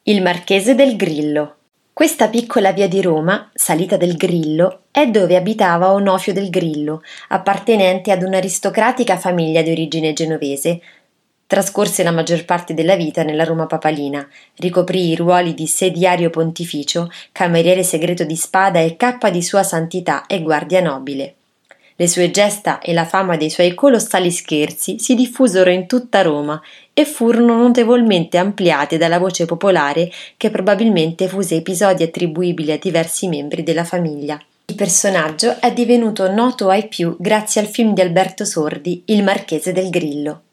Il Marchese del Grillo. Questa piccola via di Roma, Salita del Grillo, è dove abitava Onofio del Grillo, appartenente ad un'aristocratica famiglia di origine genovese. Trascorse la maggior parte della vita nella Roma papalina, ricoprì i ruoli di sediario pontificio, cameriere segreto di spada e cappa di Sua Santità e guardia nobile. Le sue gesta e la fama dei suoi colossali scherzi si diffusero in tutta Roma e furono notevolmente ampliate dalla voce popolare che probabilmente fuse episodi attribuibili a diversi membri della famiglia. Il personaggio è divenuto noto ai più grazie al film di Alberto Sordi, Il Marchese del Grillo.